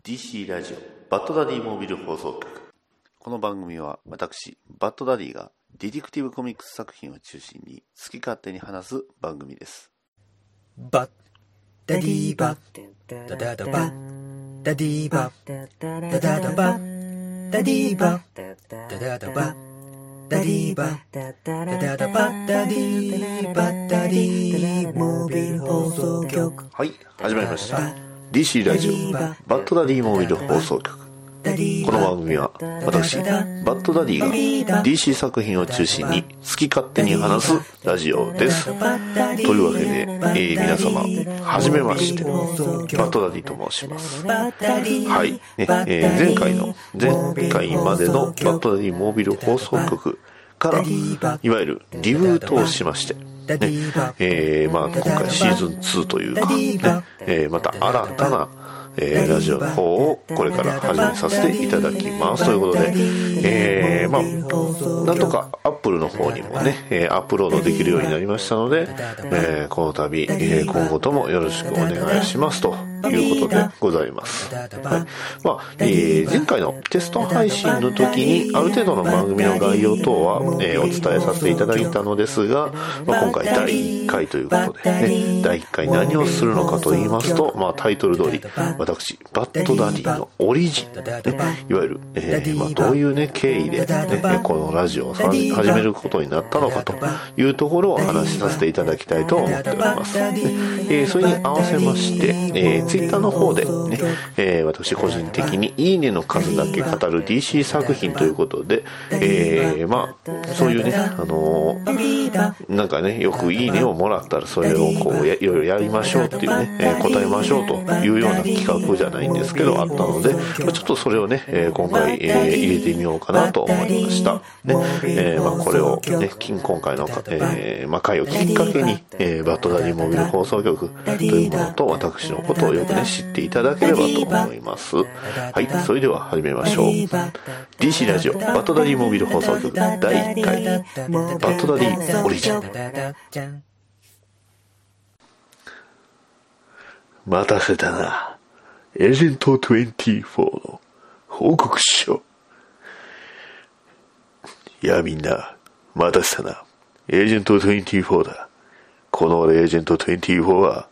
DC ラジオバッドダディモービル放送局。この番組は私バッドダディがディティクティブコミックス作品を中心に好き勝手に話す番組です。 バッダディバッダダダバッダディバッダダダバッダディバッダダダバッダディバッダダダバッダディバッダディモービル放送局。 はい、始まりました。DC ラジオバッドダディモービル放送局。この番組は私バッドダディが DC 作品を中心に好き勝手に話すラジオです。というわけで、皆様はじめまして、バッドダディと申します。はい、前回までのバッドダディモービル放送局からいわゆるリブートをしまして、今回シーズン2というか、また新たなラジオの方をこれから始めさせていただきますということで、なんとかアップルの方にもね、アップロードできるようになりましたので、この度、今後ともよろしくお願いしますということでございます。はい。前回のテスト配信の時にある程度の番組の概要等は、お伝えさせていただいたのですが、今回第1回ということでね、第1回何をするのかと言いますと、タイトル通り私バッドダディのオリジン、いわゆる、どういうね経緯で、このラジオを始めることになったのかというところをお話しさせていただきたいと思っております。それに合わせまして、ツイッターの方でね、私個人的にいいねの数だけ語る DC 作品ということで、そういうね、なんかね、よくいいねをもらったらそれをこういろいろやりましょうっていうね、答えましょうというような企画じゃないんですけどあったので、ちょっとそれをね、今回、入れてみようかなと思いました。これをね、今回の、回をきっかけに、バッドダディモービル放送局というものと私のことをよくね知っていただければと思います。はい、それでは始めましょう。 DC ラジオバッドダディモービル放送局第1回バッドダディオリジン。待たせたな、エージェント24の報告書。いやみんな待たせたな、エージェント24だ。このエージェント24は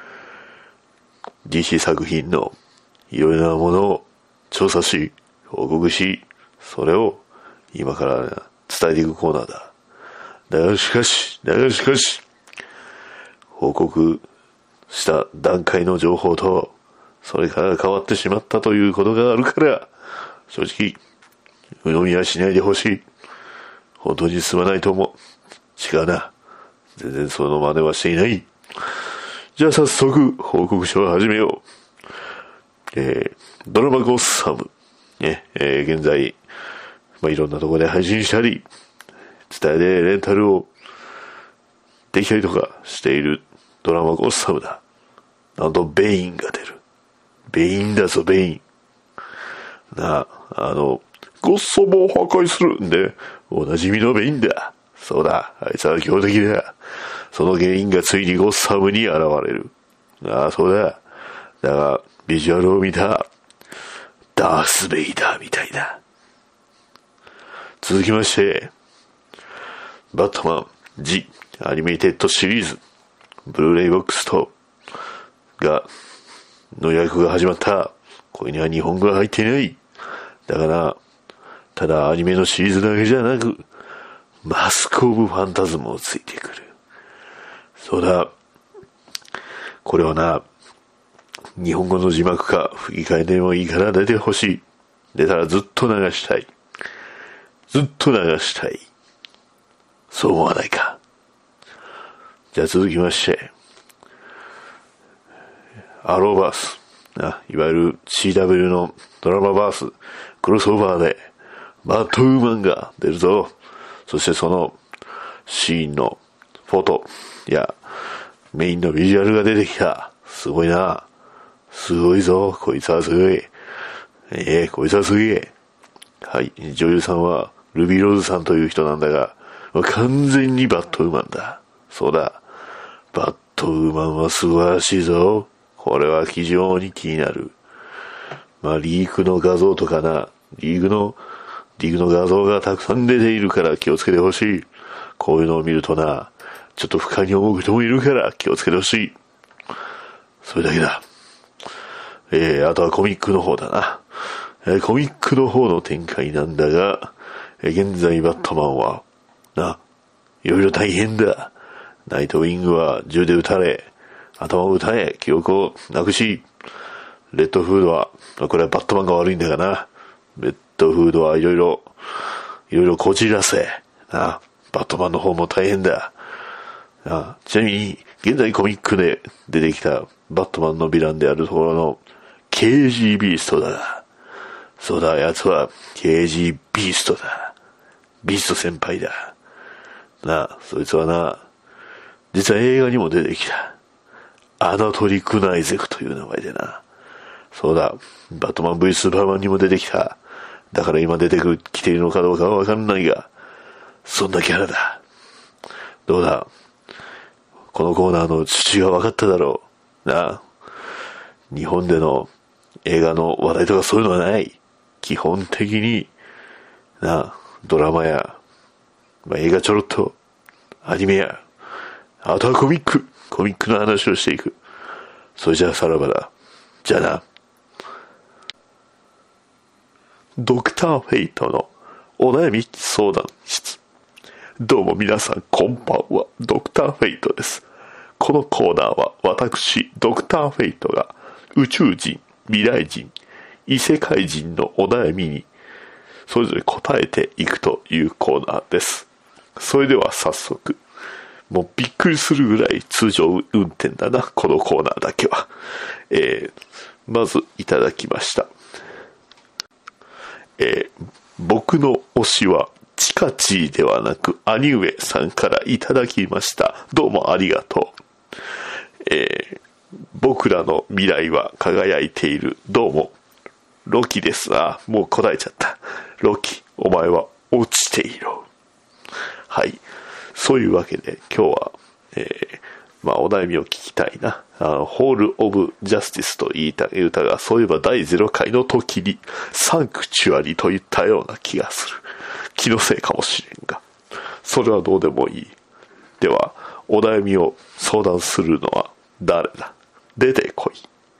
DC 作品のいろいろなものを調査し報告し、それを今から伝えていくコーナーだ。だがしかし報告した段階の情報とそれから変わってしまったということがあるから、正直鵜呑みはしないでほしい。本当にすまないと思う。違うな、全然その真似はしていない。じゃあ早速報告書を始めよう。ドラマゴッサムね、現在、いろんなところで配信したり伝えでレンタルをできたりとかしているドラマゴッサムだ。なんとベインが出る。ベインだぞ、ベインなあ、ゴッサムを破壊するんでおなじみのベインだ。そうだ、あいつは強敵だ。その原因がついにゴッサムに現れる。ああ、そうだ。だがビジュアルを見たダース・ベイダーみたいだ。続きましてバットマン The アニメイテッドシリーズブルーレイボックスとの予約が始まった。これには日本語が入っていない。だからただアニメのシリーズだけじゃなくマスク・オブ・ファンタズムもついてくる。そうだ、これはな、日本語の字幕か吹き替えでもいいから出てほしい。出たらずっと流したい。そう思わないか。じゃあ続きましてアローバース、いわゆる CW のドラマバースクロスオーバーでバットウーマンが出るぞ。そしてそのシーンのフォトやメインのビジュアルが出てきた。すごいな、すごいぞ、こいつはすごい。こいつはすげえ。はい、女優さんはルビーローズさんという人なんだが、完全にバットウーマンだ。そうだ、バットウーマンは素晴らしいぞ。これは非常に気になる。 まあリークの画像とかな、リーグの画像がたくさん出ているから気をつけてほしい。こういうのを見るとな、ちょっと不快に思う人もいるから気をつけてほしい。それだけだ。あとはコミックの方だな。コミックの方の展開なんだが、現在バットマンは、いろいろ大変だ。ナイトウィングは銃で撃たれ、頭を撃たれ、記憶をなくし、レッドフードは、これはバットマンが悪いんだがな。レッドフードはいろいろこじらせ、バットマンの方も大変だ。ちなみに、現在コミックで出てきたバットマンのヴィランであるところの、KG ビーストだ。そうだ、奴は KG ビーストだ。ビースト先輩だ。そいつはな、実は映画にも出てきた。アナトリ・クナイゼクという名前でな。そうだ、バットマン V スーパーマンにも出てきた。だから今出てきているのかどうかはわかんないが、そんなキャラだ。どうだ、このコーナーの趣旨が分かっただろう。日本での映画の話題とかそういうのはない。基本的に、ドラマや、映画ちょろっと、アニメや、あとはコミックの話をしていく。それじゃあさらばだ。じゃあな。ドクターフェイトのお悩み相談室。どうも皆さんこんばんは。ドクターフェイトです。このコーナーは私、ドクターフェイトが宇宙人、未来人、異世界人のお悩みにそれぞれ答えていくというコーナーです。それでは早速、もうびっくりするぐらい通常運転だな、このコーナーだけは。まずいただきました。僕の推しはチカチーではなく兄上さんからいただきました。どうもありがとう。僕らの未来は輝いている。どうもロキです。もう答えちゃった。ロキ、お前は落ちていろ。はい、そういうわけで今日は、お悩みを聞きたいな。ホール・オブ・ジャスティスと言いたい歌が、そういえば第0回の時にサンクチュアリと言ったような気がする。気のせいかもしれんが、それはどうでもいい。ではお悩みを相談するのは誰だ。出てこい。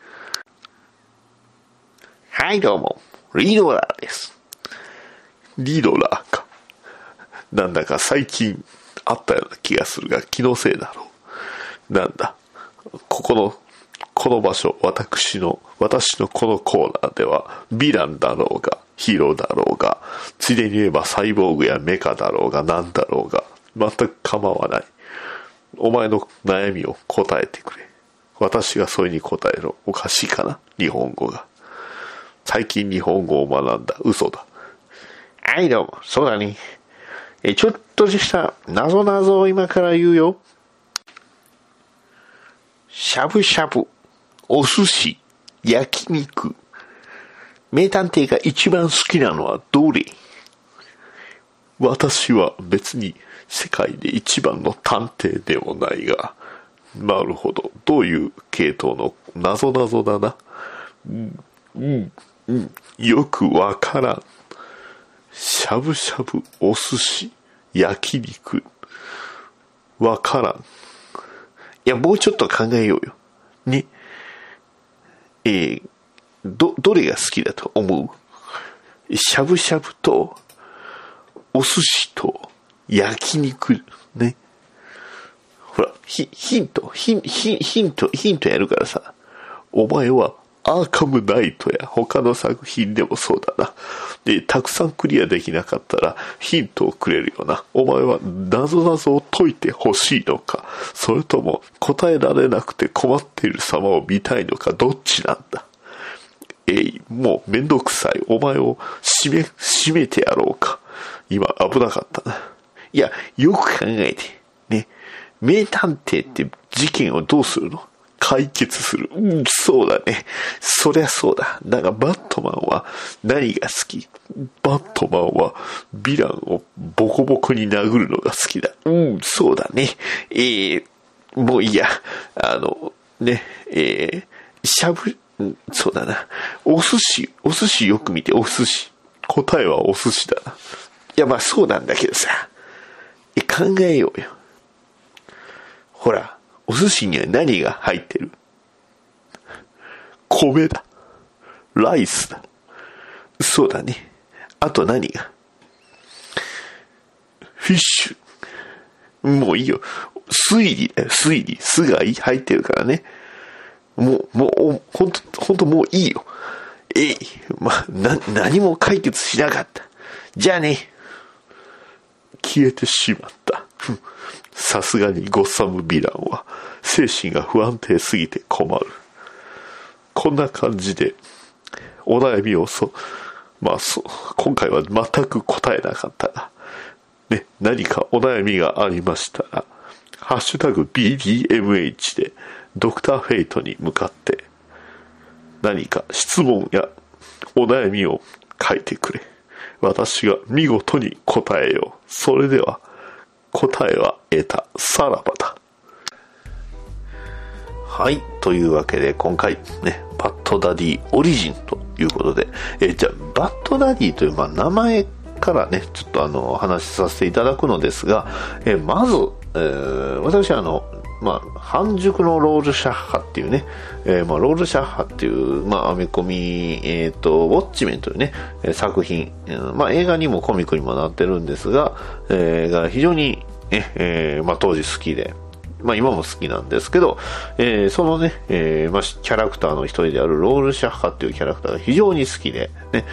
はいどうも、リドラーです。 リドラーか。なんだか最近あったような気がするが、気のせいだろう。なんだ、この場所、私のこのコーナーでは、ヴィランだろうがヒーローだろうが、ついでに言えばサイボーグやメカだろうがなんだろうが、全く構わない。お前の悩みを答えてくれ。私がそれに答えろ。おかしいかな、日本語が。最近日本語を学んだ。嘘だ。 はいどうも、そうだね。ちょっとした謎を今から言うよ。しゃぶしゃぶ、お寿司、焼肉。名探偵が一番好きなのはどれ？ 私は別に世界で一番の探偵でもないが、なるほど。どういう系統の謎だな。よくわからん。しゃぶしゃぶ、お寿司、焼肉。わからん。 いや、もうちょっと考えようよ。ね。どれが好きだと思う？しゃぶしゃぶと、お寿司と、焼肉。ね。ほら、ヒントやるからさ。お前は、アーカムナイトや他の作品でもそうだな。で、たくさんクリアできなかったらヒントをくれるよな。お前は謎を解いてほしいのか、それとも答えられなくて困っている様を見たいのか、どっちなんだ。もうめんどくさい。お前を締めてやろうか。今危なかったな。いや、よく考えて。ね。名探偵って事件をどうするの？解決する。そうだね。そりゃそうだ。だがバットマンは何が好き？バットマンはヴィランをボコボコに殴るのが好きだ。そうだね。もういいや。 そうだな。お寿司よく見て、お寿司。答えはお寿司だな。いや、まあそうなんだけどさ。考えようよ。ほら、お寿司には何が入ってる？米だ。ライスだ。そうだね。あと何が？フィッシュ。もういいよ。推理だよ、推理。酢が入ってるからね。もう、ほんともういいよ。何も解決しなかった。じゃあね。消えてしまった。さすがにゴッサムヴィランは精神が不安定すぎて困る。こんな感じでお悩みを今回は全く答えなかったが、ね、何かお悩みがありましたら、ハッシュタグ BDMH でドクターフェイトに向かって何か質問やお悩みを書いてくれ。私が見事に答えよう。それでは答えは得た。さらばだ。はい。というわけで今回ね、バッドダディオリジンということで、じゃあバッドダディという名前からね、ちょっと話しさせていただくのですが、まず、私半熟のロールシャッハっていうね、ロールシャッハっていう、アメコミ、ウォッチメンというね、作品、映画にもコミックにもなってるんですが、が非常に、当時好きで、今も好きなんですけど、そのね、キャラクターの一人であるロールシャッハっていうキャラクターが非常に好きで、ね、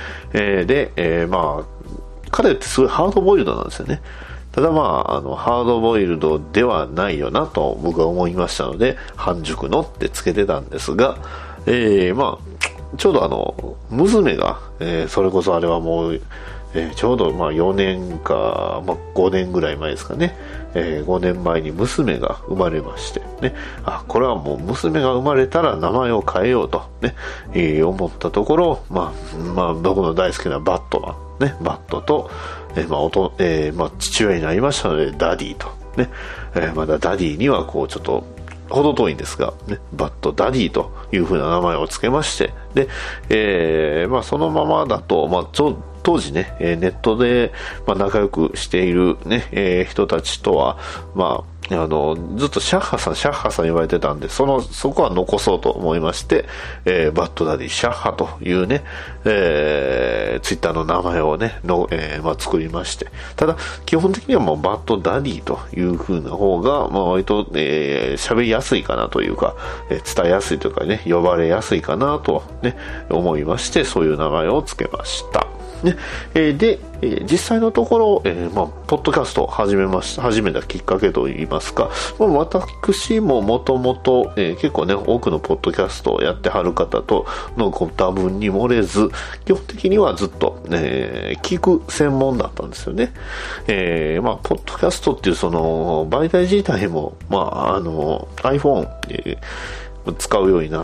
彼ってすごいハードボイルドなんですよね。ただハードボイルドではないよなと僕は思いましたので、半熟のってつけてたんですが、ちょうど娘が、それこそあれはもう、ちょうど4年か、5年ぐらい前ですかね、5年前に娘が生まれまして、ね、これはもう娘が生まれたら名前を変えようと、ね思ったところ、僕の大好きなバットマン、ね、バットと、父親になりましたのでダディと、ねまだダディにはちょっと程遠いんですが、ね、バッドダディという風な名前をつけまして、で、そのままだと、当時ね、ネットで、仲良くしているね、人たちとは、ずっとシャッハさん言われてたんで、そこは残そうと思いまして、バッドダディシャッハというね、ツイッターの名前をね、作りまして、ただ、基本的にはもうバッドダディという風な方が、割と、喋りやすいかなというか、伝えやすいというかね、呼ばれやすいかなとね、思いまして、そういう名前を付けました。ねで、実際のところ、ポッドキャストを始めたきっかけといいますか、私ももともと結構ね、多くのポッドキャストをやってはる方とのご多分に漏れず、基本的にはずっと、聞く専門だったんですよね。ポッドキャストっていうその媒体自体も、iPhone、使うようになって、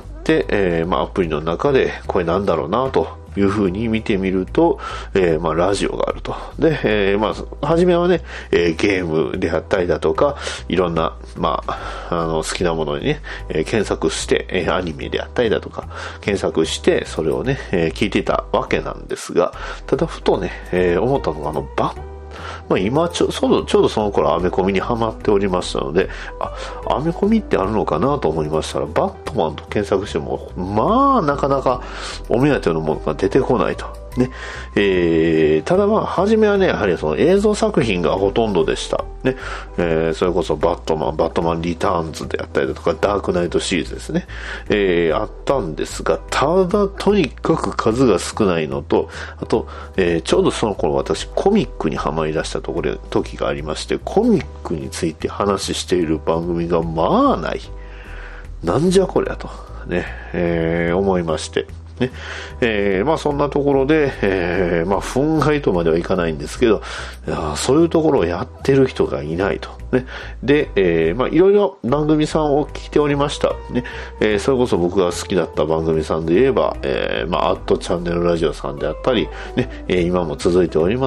アプリの中でこれなんだろうなという風に見てみると、ラジオがあると。で、初めはね、ゲームであったりだとか、いろんな、好きなものにね、検索して、アニメであったりだとか、検索して、それをね、聞いていたわけなんですが、ただふとね、思ったのが、今ちょうどその頃アメコミにハマっておりましたので、アメコミってあるのかなと思いましたら、バットマンと検索してもなかなかお目当てのものが出てこないとね。ただ初めはね、やはりその映像作品がほとんどでしたね。それこそバットマンリターンズであったりだとか、ダークナイトシリーズですね、あったんですが、ただとにかく数が少ないのと、あと、ちょうどその頃私コミックにハマり出した時がありまして、コミックについて話している番組がない、なんじゃこりゃとね、思いましてね、そんなところで、憤慨とまではいかないんですけど、そういうところをやってる人がいないとね。で、いろいろ番組さんを聞いておりましたね。それこそ僕が好きだった番組さんで言えば、アットチャンネルラジオさんであったりね、今も続いております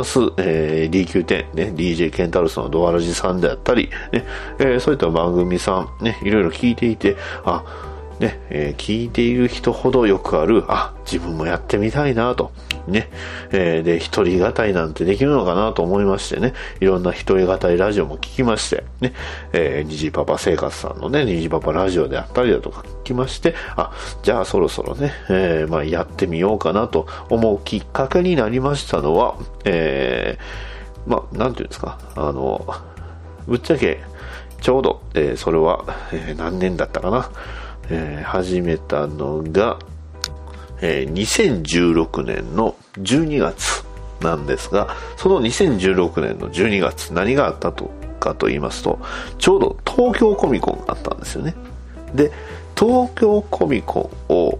、DQ10 ね、DJ ケンタロスのドアラジさんであったりね、そういった番組さんね、いろいろ聞いていて、 ね、聞いている人ほどよくある、自分もやってみたいなと。ね、で、一人語りなんてできるのかなと思いましてね、いろんな一人語りラジオも聞きまして、ね、虹パパ生活さんのね、虹パパラジオであったりだとか聞きまして、じゃあそろそろね、やってみようかなと思うきっかけになりましたのは、なんていうんですか、ぶっちゃけ、ちょうど、それは、何年だったかな、始めたのが、2016年の12月なんですが、その2016年の12月何があったかと言いますと、ちょうど東京コミコンがあったんですよね。で、東京コミコンを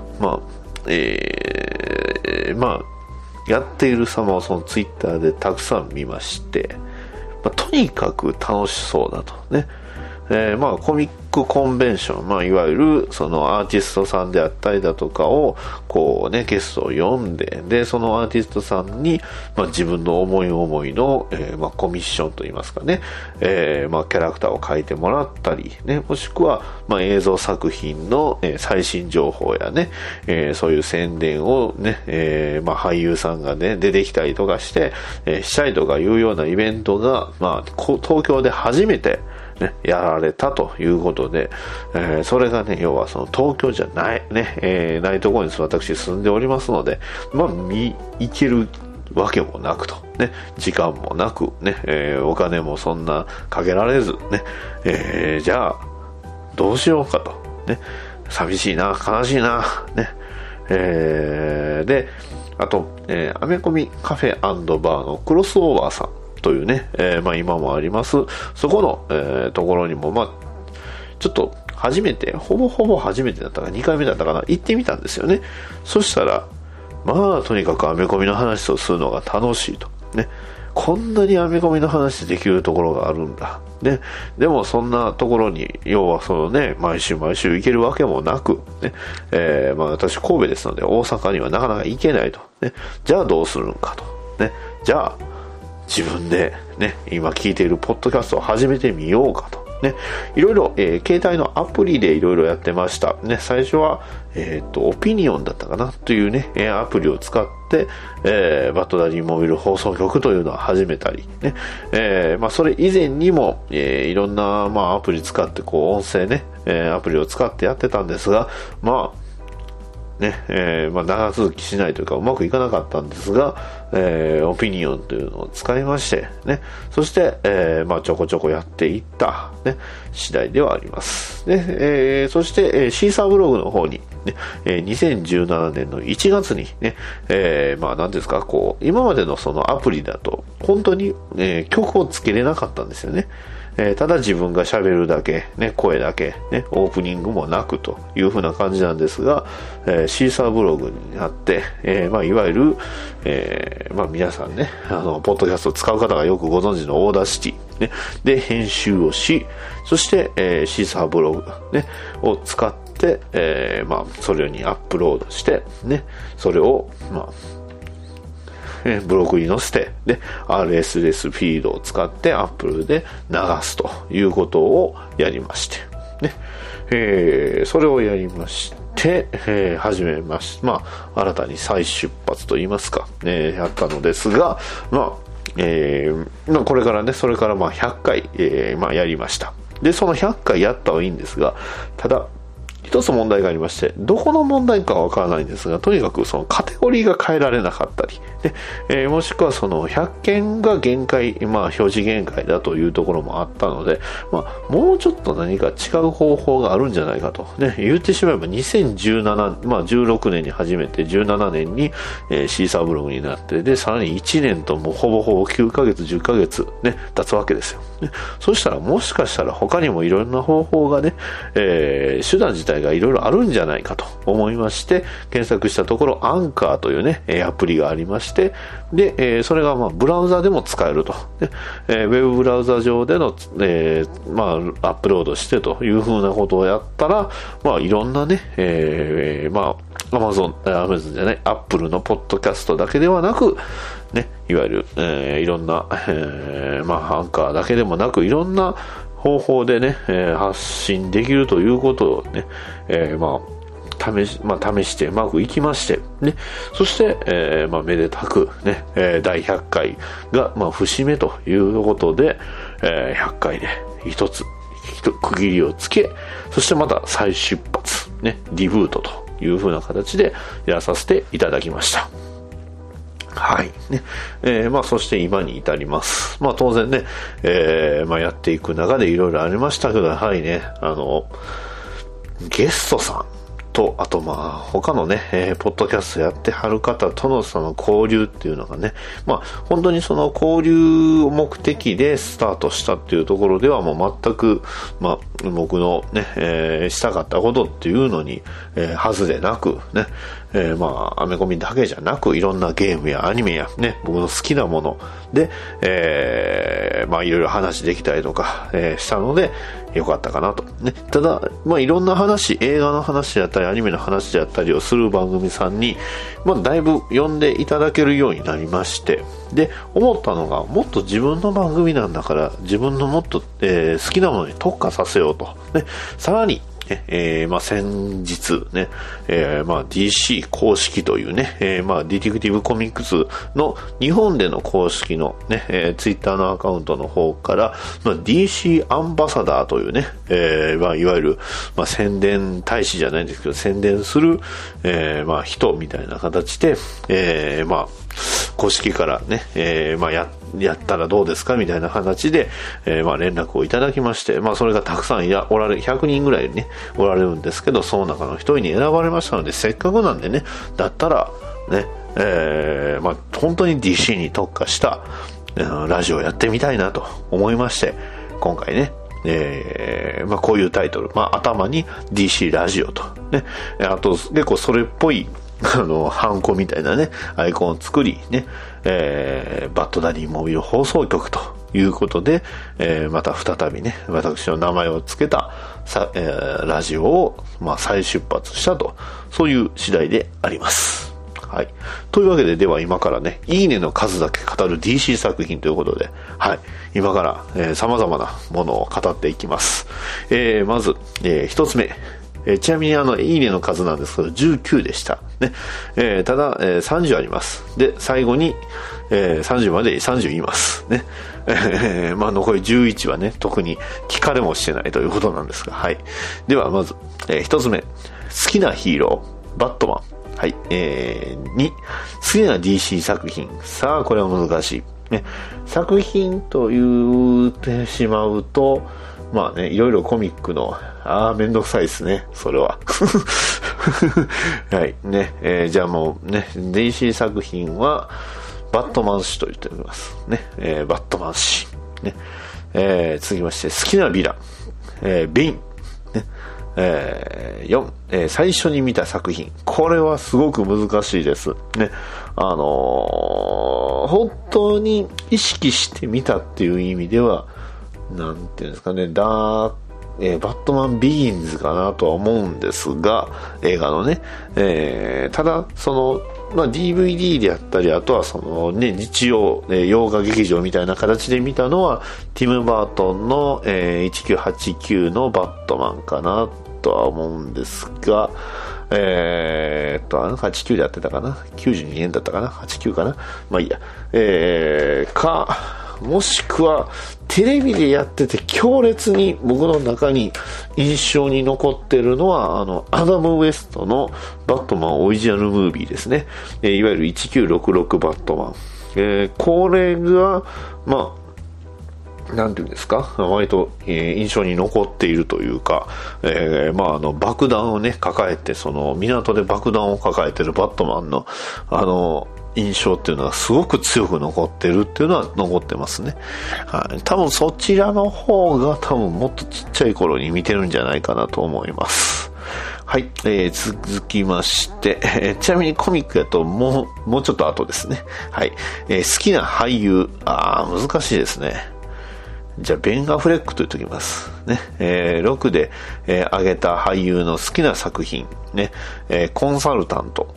やっている様をそのツイッターでたくさん見まして、とにかく楽しそうだとね。コミックコンベンション、いわゆるそのアーティストさんであったりだとかをこうね、ゲストを呼んで、でそのアーティストさんに、自分の思い思いの、コミッションといいますかね、キャラクターを描いてもらったりね、もしくは映像作品の、最新情報やね、そういう宣伝をね、俳優さんがね出てきたりとかして、したりとかいうようなイベントが、東京で初めてね、やられたということで、それがね、要はその東京じゃないね、ないところに私住んでおりますので、行けるわけもなくとね、時間もなくね、お金もそんなかけられずね、じゃあどうしようかとね、寂しいな、悲しいなね、で、あと、アメコミカフェ&バーのクロスオーバーさんというね、今もありますそこの、ところにもちょっと初めてほぼ初めてだったか2回目だったかな、行ってみたんですよね。そしたらとにかくアメコミの話をするのが楽しいとね、こんなにアメコミの話できるところがあるんだね。でもそんなところに要はそのね、毎週行けるわけもなくね、私神戸ですので大阪にはなかなか行けないとね。じゃあどうするのかとね、じゃあ自分でね、今聞いているポッドキャストを始めてみようかとね、いろいろ、携帯のアプリでいろいろやってましたね。最初はオピニオンだったかなというね、アプリを使って、バッドダディモビル放送局というのを始めたりね、それ以前にも、いろんなアプリ使ってこう音声ね、アプリを使ってやってたんですが、長続きしないというかうまくいかなかったんですが、オピニオンというのを使いましてね、そして、ちょこちょこやっていった、ね、次第ではありますね。そして、シーサーブログの方に、ね、2017年の1月にね、何ですか、こう今までのそのアプリだと本当に、曲をつけれなかったんですよね。ただ自分が喋るだけ、ね、声だけ、ね、オープニングもなくという風な感じなんですが、シーサーブログになって、いわゆる、皆さんね、ポッドキャストを使う方がよくご存知のオーダーシティ、ね、で編集をし、そして、シーサーブログ、ね、を使って、それにアップロードして、ね、それを、ブログに載せて、で、RSS フィードを使って Apple で流すということをやりまして、ね、それをやりまして、始めまし、新たに再出発といいますか、やったのですが、これからね、それから100回、やりました。で、その100回やったはいいんですが、ただ、一つ問題がありまして、どこの問題かはわからないんですが、とにかくそのカテゴリーが変えられなかったり、でもしくはその100件が限界、表示限界だというところもあったので、もうちょっと何か違う方法があるんじゃないかと、ね、言ってしまえば16年に始めて17年に、シーサーブログになって、で、さらに1年ともうほぼほぼ9ヶ月、10ヶ月ね、経つわけですよ。ね、そしたらもしかしたら他にもいろんな方法がね、手段自体がいろいろあるんじゃないかと思いまして、検索したところアンカーというね、アプリがありまして、で、それがブラウザでも使えると、ね、ウェブブラウザ上での、アップロードしてというふうなことをやったら、いろんなね、Amazon じゃない、Apple のポッドキャストだけではなく、ね、いわゆる、いろんな、アンカーだけでもなく、いろんな方法でね、発信できるということをね、試してうまくいきまして、ね、そして、めでたくね、第100回が、節目ということで、100回で一つ区切りをつけ、そしてまた再出発、ね、リブートという風な形でやらさせていただきました。はいね、そして今に至ります。当然ね、やっていく中でいろいろありましたけど、やはりね、ゲストさんと、あと他のね、ポッドキャストやってはる方とのその交流っていうのがね、本当にその交流を目的でスタートしたっていうところではもう全く、僕のね、したかったことっていうのに、外れなくね、アメコミだけじゃなくいろんなゲームやアニメやね、僕の好きなもので、いろいろ話できたりとか、したのでよかったかなとね。ただいろんな話、映画の話であったりアニメの話であったりをする番組さんにだいぶ呼んでいただけるようになりまして、で思ったのが、もっと自分の番組なんだから自分のもっと、好きなものに特化させようと、ね、さらに先日ね、DC 公式というね、ディティクティブコミックスの日本での公式のね、ツイッターのアカウントの方から、DC アンバサダーというね、いわゆる、宣伝大使じゃないんですけど、宣伝する、人みたいな形で、公式からね、やったらどうですかみたいな形で、連絡をいただきまして、それがたくさんおられ、100人ぐらいね、おられるんですけど、その中の一人に選ばれましたので、せっかくなんでね、だったら、ね、本当に DC に特化した、ラジオをやってみたいなと思いまして、今回ね、こういうタイトル、頭に DC ラジオと、ね、あと結構それっぽい、ハンコみたいなね、アイコンを作り、ね、バッドダディモビル放送局ということで、また再びね、私の名前を付けたラジオを、再出発したと、そういう次第であります。はい。というわけで、では今からね、いいねの数だけ語る DC 作品ということで、はい。今から、様々なものを語っていきます。まず、一つ目。ちなみにいいねの数なんですけど、19でした。ね。ただ、30あります。で、最後に、30まで30言います。ね。残り11はね、特に聞かれもしてないということなんですが、はい。では、まず、一つ目。好きなヒーロー、バットマン。はい。2、好きな DC 作品。さあ、これは難しい。ね。作品と言ってしまうと、いろいろコミックの、めんどくさいですね、それは。はい、ね、じゃあもうね、DC 作品は、バットマン誌と言っております。ね、バットマン誌。ね、続きまして、好きなヴィラン、ベイン。ね、4、最初に見た作品。これはすごく難しいです。ね、本当に意識して見たっていう意味では、なんていうんですかね、バットマンビギンズかなとは思うんですが、映画のね、ただその、DVD であったり、あとはそのね、日曜、洋画劇場みたいな形で見たのはティム・バートンの、1989のバットマンかなとは思うんですが、89でやってたかな、92年だったかな、89かな、いいや、もしくはテレビでやってて強烈に僕の中に印象に残ってるのはアダム・ウエストのバットマンオリジナルムービーですね、いわゆる1966バットマン、これがなんていうんですか、割と、印象に残っているというか、爆弾をね抱えて、その港で爆弾を抱えてるバットマンの印象っていうのはすごく強く残ってるっていうのは残ってますね。はい。多分そちらの方がもっとちっちゃい頃に見てるんじゃないかなと思います。はい。続きまして、ちなみにコミックだともうちょっと後ですね。はい。好きな俳優。難しいですね。じゃあベン・アフレックと言っておきますね。6で、挙げた俳優の好きな作品ね、コンサルタント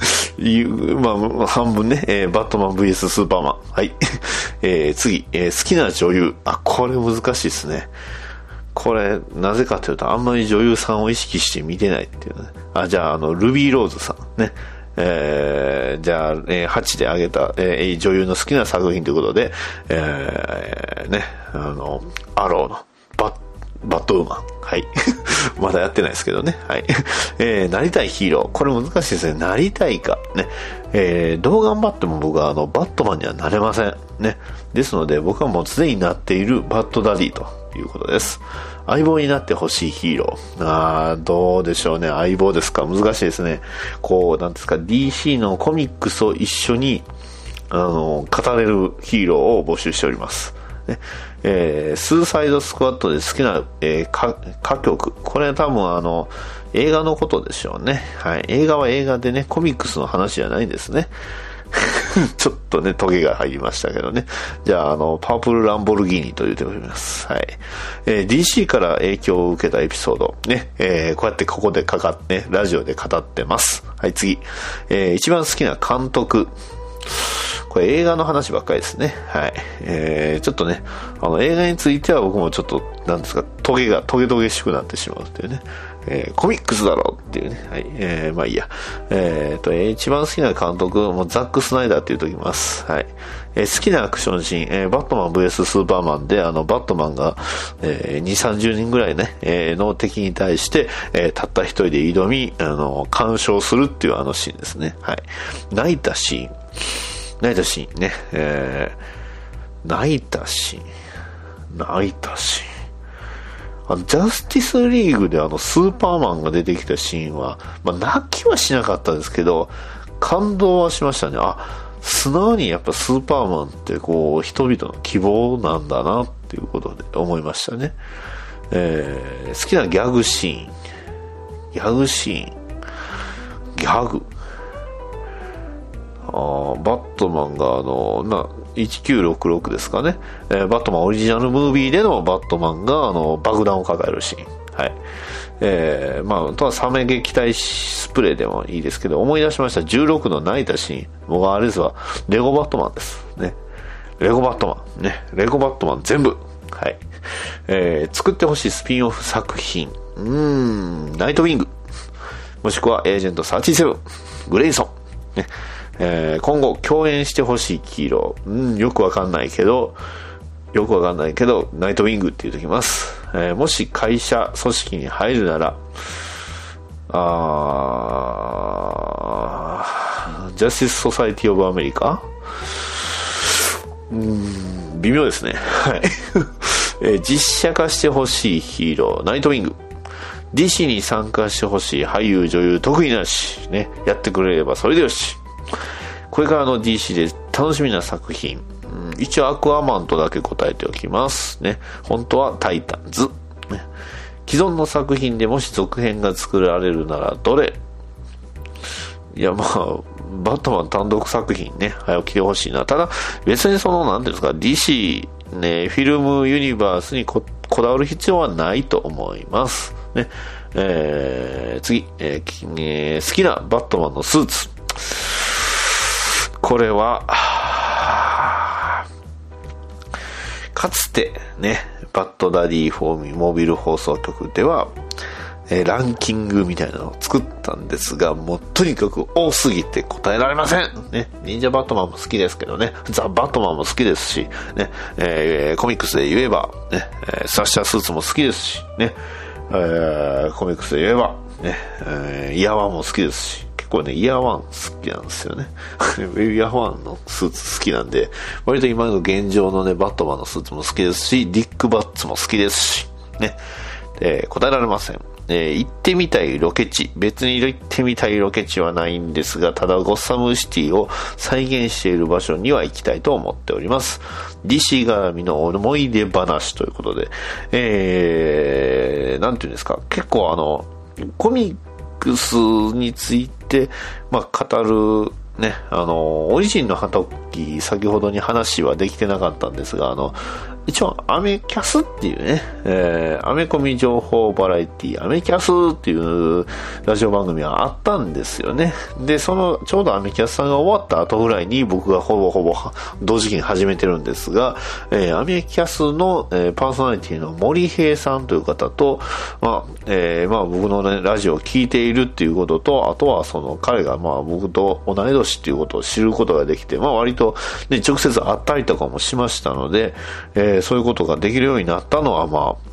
半分ね、バットマン vs スーパーマン。はい。次、好きな女優。これ難しいですね。 これ、なぜかというと、あんまり女優さんを意識して見てないっていうね。じゃあ、ルビーローズさんね。じゃあ、8で挙げた、女優の好きな作品ということで、ね、アローのバッドウーマン。はい。まだやってないですけどね。はい。なりたいヒーロー。これ難しいですね。なりたいか。ね。どう頑張っても僕はバットマンにはなれません。ね。ですので僕はもう常になっているバッドダディということです。相棒になってほしいヒーロー。どうでしょうね。相棒ですか。難しいですね。なんですか。DC のコミックスを一緒に、語れるヒーローを募集しております。ね。スーサイドスクワットで好きな、歌曲。これは多分映画のことでしょうね。はい。映画は映画でね、コミックスの話じゃないんですね。ちょっとね、トゲが入りましたけどね。じゃあ、パープルランボルギーニと言っております。はい。DC から影響を受けたエピソード。ね。こうやってここでラジオで語ってます。はい、次。一番好きな監督。これ映画の話ばっかりですね。はい。ちょっとね、映画については僕もちょっと、なんですか、トゲトゲしくなってしまうっていうね。コミックスだろうっていうね。はい。まあいいや。一番好きな監督、もうザック・スナイダーって言うときます。はい。好きなアクションシーン、バットマン VS スーパーマンで、バットマンが、2、30人ぐらいね、の敵に対して、たった一人で挑み、干渉するっていうシーンですね。はい。泣いたシーンね。泣いたシーン。ジャスティスリーグでスーパーマンが出てきたシーンは、まあ、泣きはしなかったですけど、感動はしましたね。素直にやっぱスーパーマンって人々の希望なんだなっていうことで思いましたね。好きなギャグシーン。ギャグ。バットマンが1966ですかね。バットマンオリジナルムービーでのバットマンが爆弾を抱えるシーン。はい。まあ、あとはサメ撃退スプレーでもいいですけど、思い出しました。16の泣いたシーン。僕はあれですわ。レゴバットマンです。ね。レゴバットマン全部。はい。作ってほしいスピンオフ作品。ナイトウィング。もしくはエージェント37。グレイソン。ね。今後共演してほしいヒーロー。よくわかんないけど、ナイトウィングって言うときます。もし会社、組織に入るなら、ジャスティスソサイティオブアメリカ？微妙ですね。はい。実写化してほしいヒーロー、ナイトウィング。DC に参加してほしい俳優女優得意なし。ね。やってくれればそれでよし。これからの DC で楽しみな作品。一応アクアマンとだけ答えておきますね。本当はタイタンズ。ね、既存の作品でもし続編が作られるならどれ？いや、まあ、バットマン単独作品ね、早起きてほしいな。ただ、別になんていうんですか、DC ね、フィルムユニバースにこだわる必要はないと思います。ね。次、好きなバットマンのスーツ。これは、かつてね、バッドダディフォーミーモビル放送局では、ランキングみたいなのを作ったんですが、もうとにかく多すぎて答えられません。ね、忍者バットマンも好きですけどね、ザ・バットマンも好きですし、ね、コミックスで言えば、ね、サッシャースーツも好きですし、ね、コミックスで言えば、ね、イヤーワンも好きですし、結構ね、イヤーワン好きなんですよね。イヤーワンのスーツ好きなんで、割と今の現状のね、バットマンのスーツも好きですし、ディック・バッツも好きですし、ね、答えられません。行ってみたいロケ地。別に行ってみたいロケ地はないんですが、ただゴッサムシティを再現している場所には行きたいと思っております。DC 絡みの思い出話ということで、なんていうんですか、結構コミックスについて、まあ、語る、ね、オリジンの時、先ほどに話はできてなかったんですが、 一応アメキャスっていうね、アメコミ情報バラエティアメキャスっていうラジオ番組はあったんですよね。で、ちょうどアメキャスさんが終わった後ぐらいに僕がほぼ同時期に始めてるんですが、アメキャスの、パーソナリティの森平さんという方と、僕のね、ラジオを聞いているっていうことと、あとは彼が僕と同い年っていうことを知ることができて、割とね、直接会ったりとかもしましたので、そういうことができるようになったのは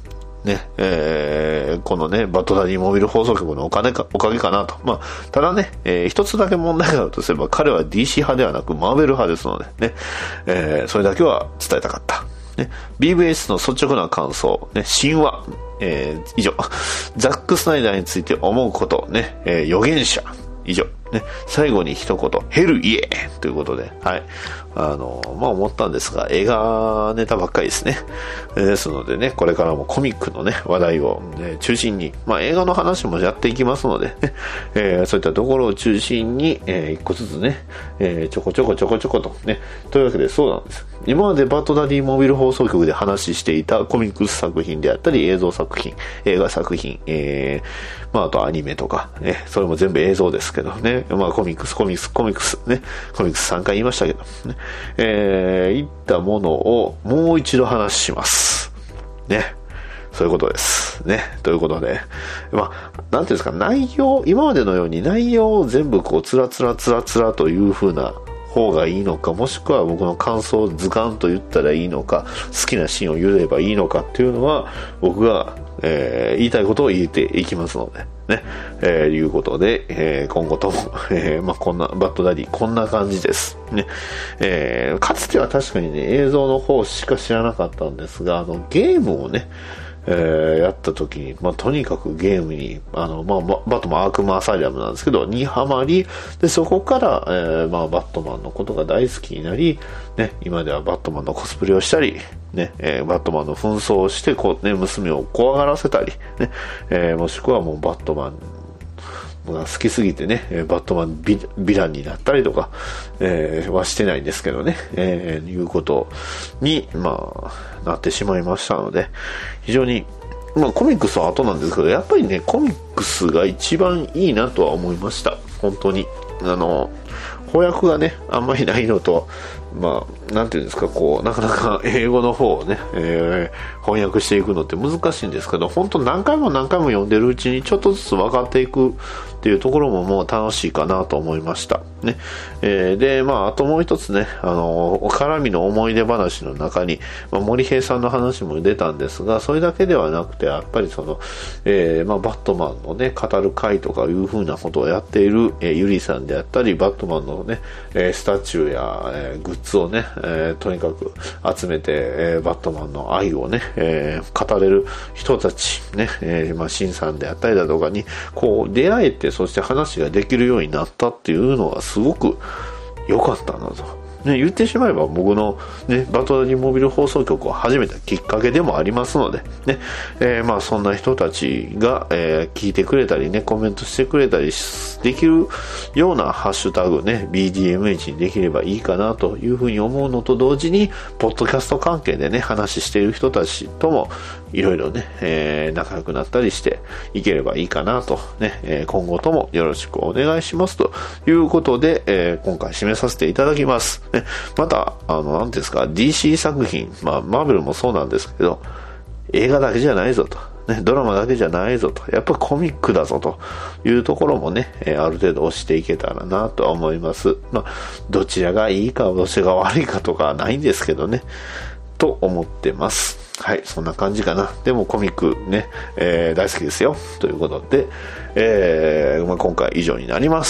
このね、バッドダディモビル放送局のおかげかなと。ただね、一つだけ問題があるとすれば、彼は DC 派ではなくマーベル派ですのでね、それだけは伝えたかった。ね、BVS の率直な感想、ね、神話、以上。ザック・スナイダーについて思うこと、ね、預言者、以上。ね、最後に一言、ヘルイエーということで、はい。思ったんですが、映画ネタばっかりですね。ですのでね、これからもコミックのね、話題を、中心に、映画の話もやっていきますので、そういったところを中心に、一個ずつね、ちょこちょことね。というわけで、そうなんです。今までバッドダディモビル放送局で話していたコミックス作品であったり、映像作品、映画作品、あとアニメとか、それも全部映像ですけどね、コミックスね、コミックス3回言いましたけどね、いったものをもう一度話します。ね。そういうことです。ね。ということで、なんていうんですか、今までのように内容を全部つらつらという風な方がいいのか、もしくは僕の感想を図鑑と言ったらいいのか、好きなシーンを言えばいいのかっていうのは、僕が、言いたいことを言っていきますので、ね。いうことで、今後とも、こんな、バッドダディ、こんな感じです。ね。かつては確かにね、映像の方しか知らなかったんですが、ゲームをね、やった時に、とにかくゲームに、バットマンアークムアサイラムなんですけど、にハマり、で、そこから、バットマンのことが大好きになり、ね、今ではバットマンのコスプレをしたり、ね、バットマンの紛争をして、娘を怖がらせたり、ね、もしくはもうバットマンが好きすぎてね、バットマンヴィランになったりとか、はしてないんですけどね、いうことに、なってしまいましたので、非常に、コミックスは後なんですけど、やっぱりね、コミックスが一番いいなとは思いました。本当に。翻訳がね、あんまりないのと、なんていうんですか、なかなか英語の方をね、翻訳していくのって難しいんですけど、本当何回も読んでるうちにちょっとずつ分かっていくっていうところももう楽しいかなと思いました。ね。で、あともう一つね、絡みの思い出話の中に、森平さんの話も出たんですが、それだけではなくて、やっぱりバットマンのね、語る会とかいう風なことをやっている、ゆりさんであったり、バットマンのね、スタチューや、グッズをね、とにかく集めて、バットマンの愛をね、語れる人たち、ね、シンさんであったりだとかに、出会えて、そして話ができるようになったっていうのがすごく良かったなと。ね、言ってしまえば僕の、ね、バトダディモビル放送局を始めたきっかけでもありますので、ね、そんな人たちが、聞いてくれたりね、コメントしてくれたりできるようなハッシュタグね、BDMH にできればいいかなというふうに思うのと同時に、ポッドキャスト関係でね、話している人たちともいろいろね、仲良くなったりしていければいいかなと、ね、今後ともよろしくお願いしますということで、今回締めさせていただきます。ね、また、なんですか、DC 作品、マーベルもそうなんですけど、映画だけじゃないぞと。ね、ドラマだけじゃないぞと。やっぱコミックだぞというところもね、ある程度押していけたらなとは思います。どちらがいいか、どちらが悪いかとかはないんですけどね、と思ってます。はい、そんな感じかな。でもコミックね、大好きですよ。ということで、今回以上になります。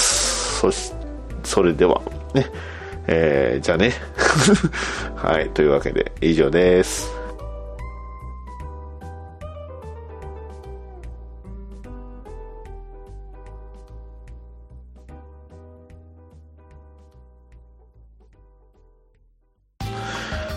それではね、じゃあね。はい、というわけで以上です。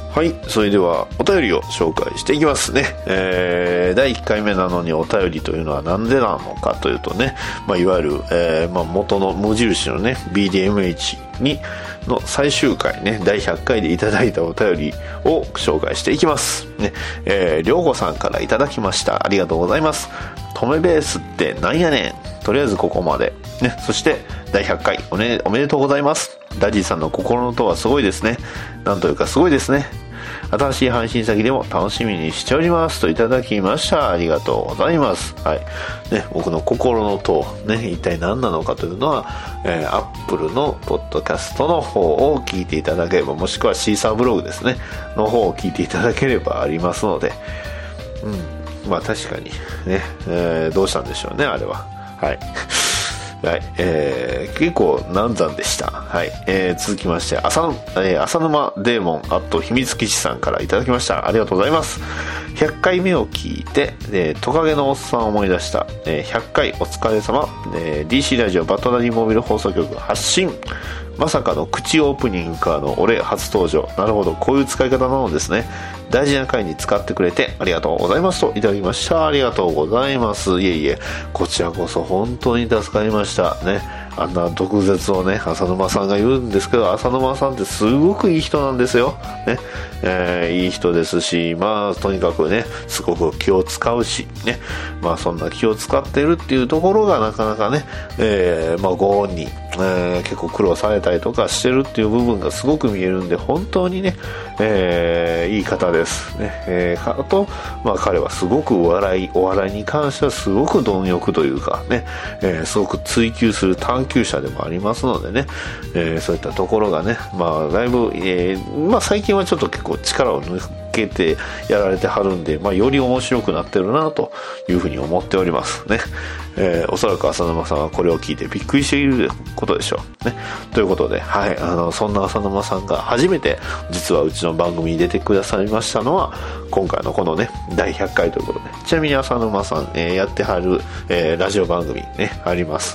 はい、それではお便りを紹介していきますね。第1回目なのにお便りというのはなんでなのかというとね、いわゆる、元の無印のね BDMH の最終回ね、第100回でいただいたお便りを紹介していきますね。りょうこさんからいただきました。ありがとうございます。トメベースってなんやねん。とりあえずここまでね。そして第100回おめでとうございます。ダディさんの心の音はすごいですね。なんというかすごいですね。新しい配信先でも楽しみにしておりますといただきました。ありがとうございます。はいね、僕の心の音ね、一体何なのかというのは、Apple のポッドキャストの方を聞いていただければ、もしくはシーサーブログですねの方を聞いていただければありますので、確かにね、どうしたんでしょうね、あれは。はいはい、結構難産でした。はい、続きまして浅沼デーモン秘密基地さんからいただきました。ありがとうございます。100回目を聞いて、トカゲのおっさんを思い出した。100回お疲れ様。DC ラジオバッドダディモービル放送局発信。まさかの口オープニングからの俺初登場。なるほど、こういう使い方なのですね。大事な回に使ってくれてありがとうございますといただきました。ありがとうございます。いえいえ、こちらこそ本当に助かりましたね。あんな毒舌をね、浅沼さんが言うんですけど、浅沼さんってすごくいい人なんですよ。ね、いい人ですし、とにかくね、すごく気を使うし、ね、そんな気を使ってるっていうところがなかなかね、ご本人、結構苦労されたりとかしてるっていう部分がすごく見えるんで、本当にね、いい方ですね。あと、彼はすごくお笑いに関してはすごく貪欲というかね、すごく追求する探求者でもありますのでね、そういったところがね、だいぶ、最近はちょっと結構力を抜けてやられてはるんで、より面白くなってるなというふうに思っておりますね。おそらく浅沼さんはこれを聞いてびっくりしていることでしょうね。ということで、はい、そんな浅沼さんが初めて実はうちの番組に出てくださいましたのは今回のこのね第100回ということで、ちなみに浅沼さん、やってはる、ラジオ番組ねあります。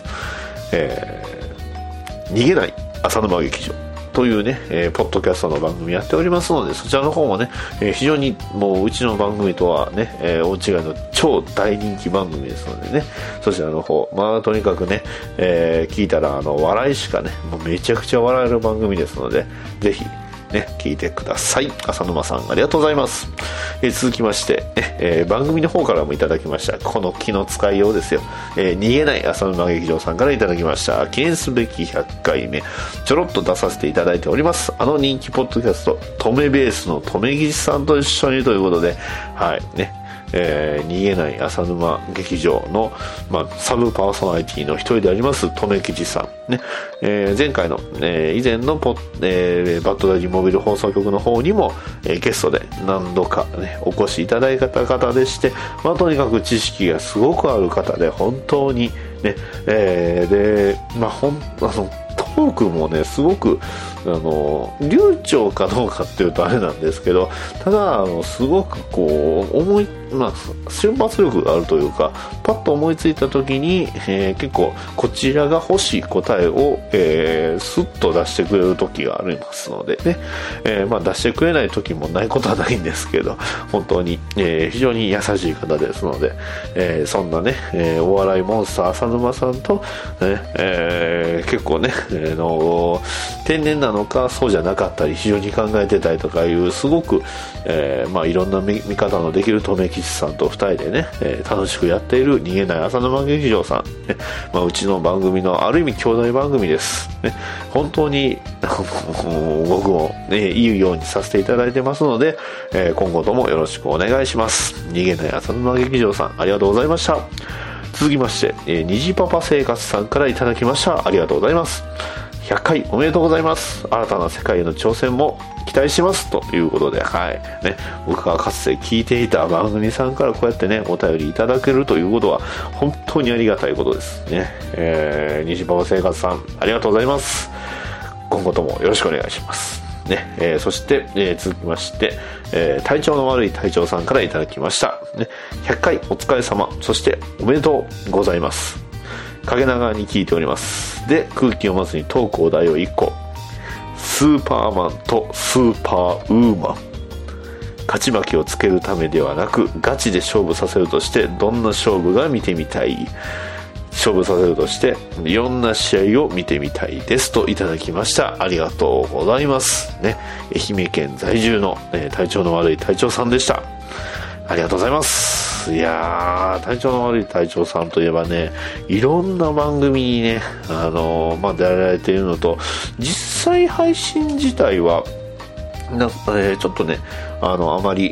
逃げない浅沼劇場というね、ポッドキャストの番組やっておりますので、そちらの方もね、非常にもううちの番組とはね、大違いの超大人気番組ですのでね、そちらの方、とにかくね、聞いたら笑いしかね、もうめちゃくちゃ笑える番組ですので、ぜひね、聞いてください。浅沼さんありがとうございます。続きまして、番組の方からもいただきましたこの気の使いようですよ、逃げない浅沼劇場さんからいただきました。記念すべき100回目ちょろっと出させていただいております。人気ポッドキャストトメベースのトメギチさんと一緒にということで、はいね、逃げない浅沼劇場の、サブパーソナリティの一人でありますとめきちさんね、前回の、以前のバッドダディモビル放送局の方にも、ゲストで何度か、ね、お越しいただいた方でして、とにかく知識がすごくある方で本当にね、でトークもねすごく流暢かどうかっていうとあれなんですけど、ただすごくこう瞬発力があるというか、パッと思いついた時に、結構こちらが欲しい答えを、スッと出してくれる時がありますのでね、出してくれない時もないことはないんですけど、本当に、非常に優しい方ですので、そんなね、お笑いモンスター浅沼さんと、結構ね、天然なのかそうじゃなかったり非常に考えてたりとかいうすごく、いろんな見方のできるとめきちさんと2人でね、楽しくやっている逃げない浅沼劇場さん、ね、うちの番組のある意味兄弟番組です、ね、本当に僕も、ね、いいようにさせていただいてますので、今後ともよろしくお願いします。逃げない浅沼劇場さんありがとうございました。続きまして、虹パパ生活さんからいただきました。ありがとうございます。100回おめでとうございます。新たな世界への挑戦も期待しますということで、はいね、僕がかつて聞いていた番組さんからこうやってねお便りいただけるということは本当にありがたいことですね。虹パパ生活さんありがとうございます。今後ともよろしくお願いしますね。そして、続きまして、体調の悪い隊長さんからいただきました、ね、100回お疲れ様、そしておめでとうございます。陰ながらに聞いております。で、空気読まずにトークお題を1個、スーパーマンとスーパーウーマン勝ち負けをつけるためではなくガチで勝負させるとして、どんな勝負が見てみたい、勝負させるとしていろんな試合を見てみたいですといただきました。ありがとうございますね。愛媛県在住の、体調の悪い隊長さんでした。ありがとうございます。いやー、体調の悪い隊長さんといえばね、いろんな番組にね、出られているのと、実際配信自体はちょっとね、あまり、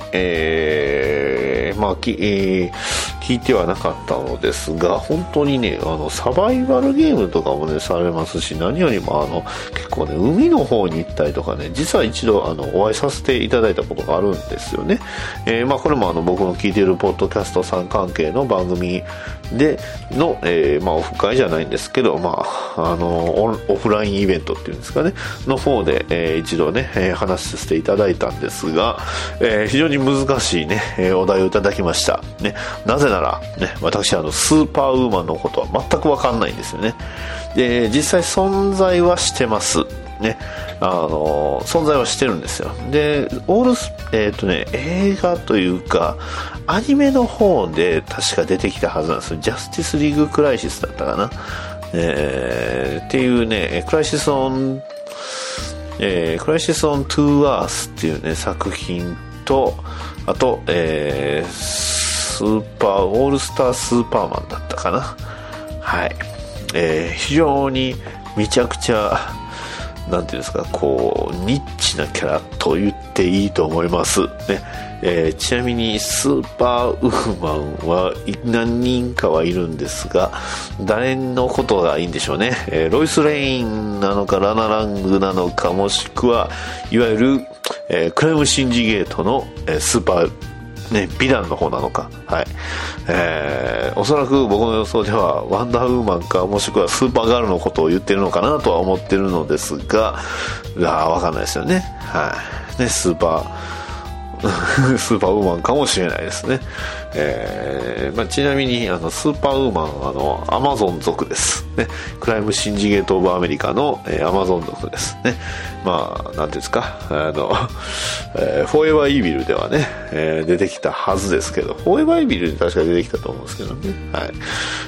聞いてはなかったのですが、本当にね、サバイバルゲームとかもね、されますし、何よりも結構ね、海の方に行ったりとかね、実は一度お会いさせていただいたことがあるんですよね。これも僕の聞いているポッドキャストさん関係の番組での、オフ会じゃないんですけど、オフラインイベントっていうんですかね、の方で、一度ね、話させていただいたんですが、非常に難しいね、お題をいただきました。ね、なぜなら、ね、私スーパーウーマンのことは全くわかんないんですよね。で、実際存在はしてます。ね、存在はしてるんですよ。で、映画というか、アニメの方で確か出てきたはずなんですよ。ジャスティスリーグクライシスだったかな。っていうね、クライシスオントゥーアースっていうね、作品と、あと、オールスタースーパーマンだったかな。はい。非常にめちゃくちゃ、なんていうんですか、こう、ニッチなキャラと言っていいと思います。ね。ちなみにスーパーウーマンは何人かはいるんですが、誰のことがいいんでしょうね。ロイス・レインなのかラナ・ラングなのか、もしくはいわゆる、クライムシンジゲートの、スーパーね、ヴィランの方なのか、はい。おそらく僕の予想ではワンダーウーマンか、もしくはスーパーガールのことを言ってるのかなとは思ってるのですが、わかんないですよね。はい。ね、スーパーウーマンかもしれないですね。ちなみにスーパーウーマンはアマゾン族ですね。クライムシンジゲートオブアメリカの、アマゾン族ですね。なんていうんですか、フォーエバーイービルではね、出てきたはずですけど、フォーエバーイービルで確か出てきたと思うんですけどね。はい。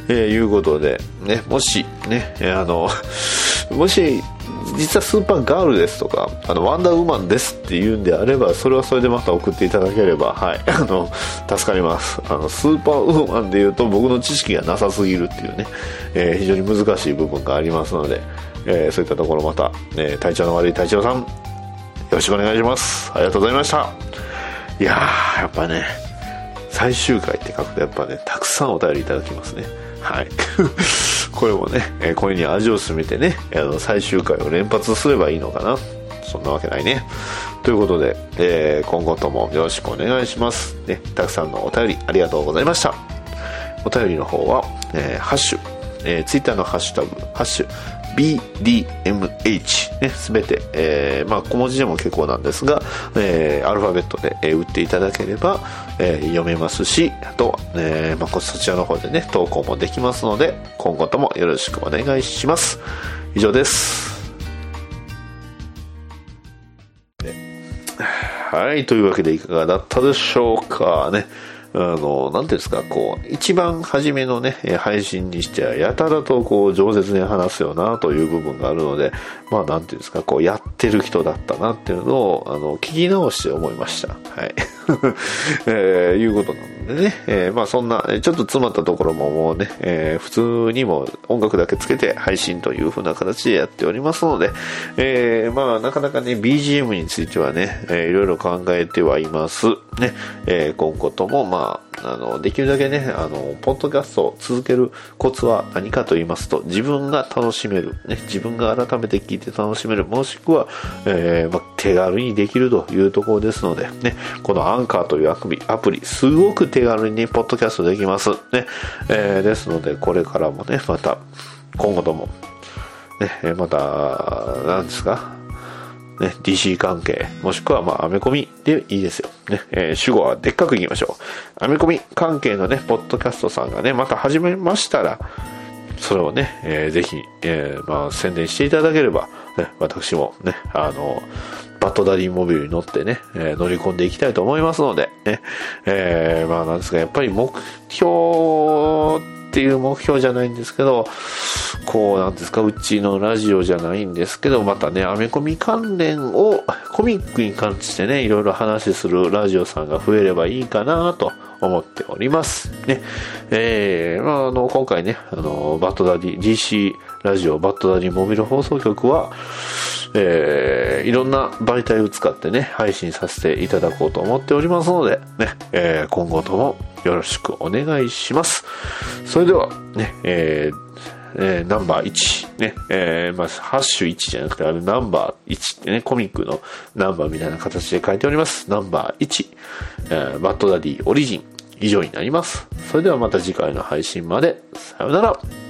いうことでね、もしね、もし実はスーパーガールですとかワンダーウーマンですっていうんであれば、それはそれでまた送っていただければ、はい、助かります。スーパーウーマンでいうと僕の知識がなさすぎるっていうね、非常に難しい部分がありますので、そういったところまた、体調の悪い隊長さんよろしくお願いします。ありがとうございました。いやー、やっぱね、最終回って書くとやっぱね、たくさんお便りいただきますね。はい。これもね、これに味を占めてね、最終回を連発すればいいのかな。そんなわけないね。ということで、今後ともよろしくお願いします。ね、たくさんのお便りありがとうございました。お便りの方は、ハッシュ、ツイッターのハッシュタグ、ハッシュ、BDMH ね、すべて、小文字でも結構なんですが、アルファベットで、打っていただければ、読めますし、あとは、そちらの方でね、投稿もできますので、今後ともよろしくお願いします。以上です。はい、というわけでいかがだったでしょうかね。なんていうんですか、こう、一番初めのね、配信にしては、やたらとこう、饒舌に話すよな、という部分があるので、なんていうんですか、こう、やってる人だったな、っていうのを、聞き直して思いました。はい。いうことなのでね、そんな、ちょっと詰まったところももうね、普通にも音楽だけつけて配信という風な形でやっておりますので、なかなかね、BGM についてはね、いろいろ考えてはいます。ね、今後とも、できるだけね、ポッドキャストを続けるコツは何かと言いますと、自分が楽しめる、ね、自分が改めて聞いて楽しめる、もしくは、手軽にできるというところですので、ね、このアンカーというアプリ、すごく手軽にね、ポッドキャストできます。ね、ですので、これからもね、また、今後とも、ね、また、何ですか、ね、DC 関係、もしくはアメコミでいいですよ。ね、主語はでっかくいきましょう。アメコミ関係のね、ポッドキャストさんがね、また始めましたら、それをね、ぜひ、宣伝していただければ、ね、私もね、ババッドダディモビルに乗ってね、乗り込んでいきたいと思いますので、ね、まあなんですか、やっぱり目標っていう目標じゃないんですけど、こうなんですか、うちのラジオじゃないんですけど、またね、アメコミ関連を、コミックに関してね、いろいろ話するラジオさんが増えればいいかなと思っておりますね。まあ今回ね、バッドダディ DC ラジオバッドダディモビル放送局は、いろんな媒体を使ってね、配信させていただこうと思っておりますのでね、今後ともよろしくお願いします。それではね、ナンバー1ね、まあハッシュ1じゃなくてナンバー1ってね、コミックのナンバーみたいな形で書いております。ナンバー1、バッドダディオリジン以上になります。それではまた次回の配信まで。さようなら。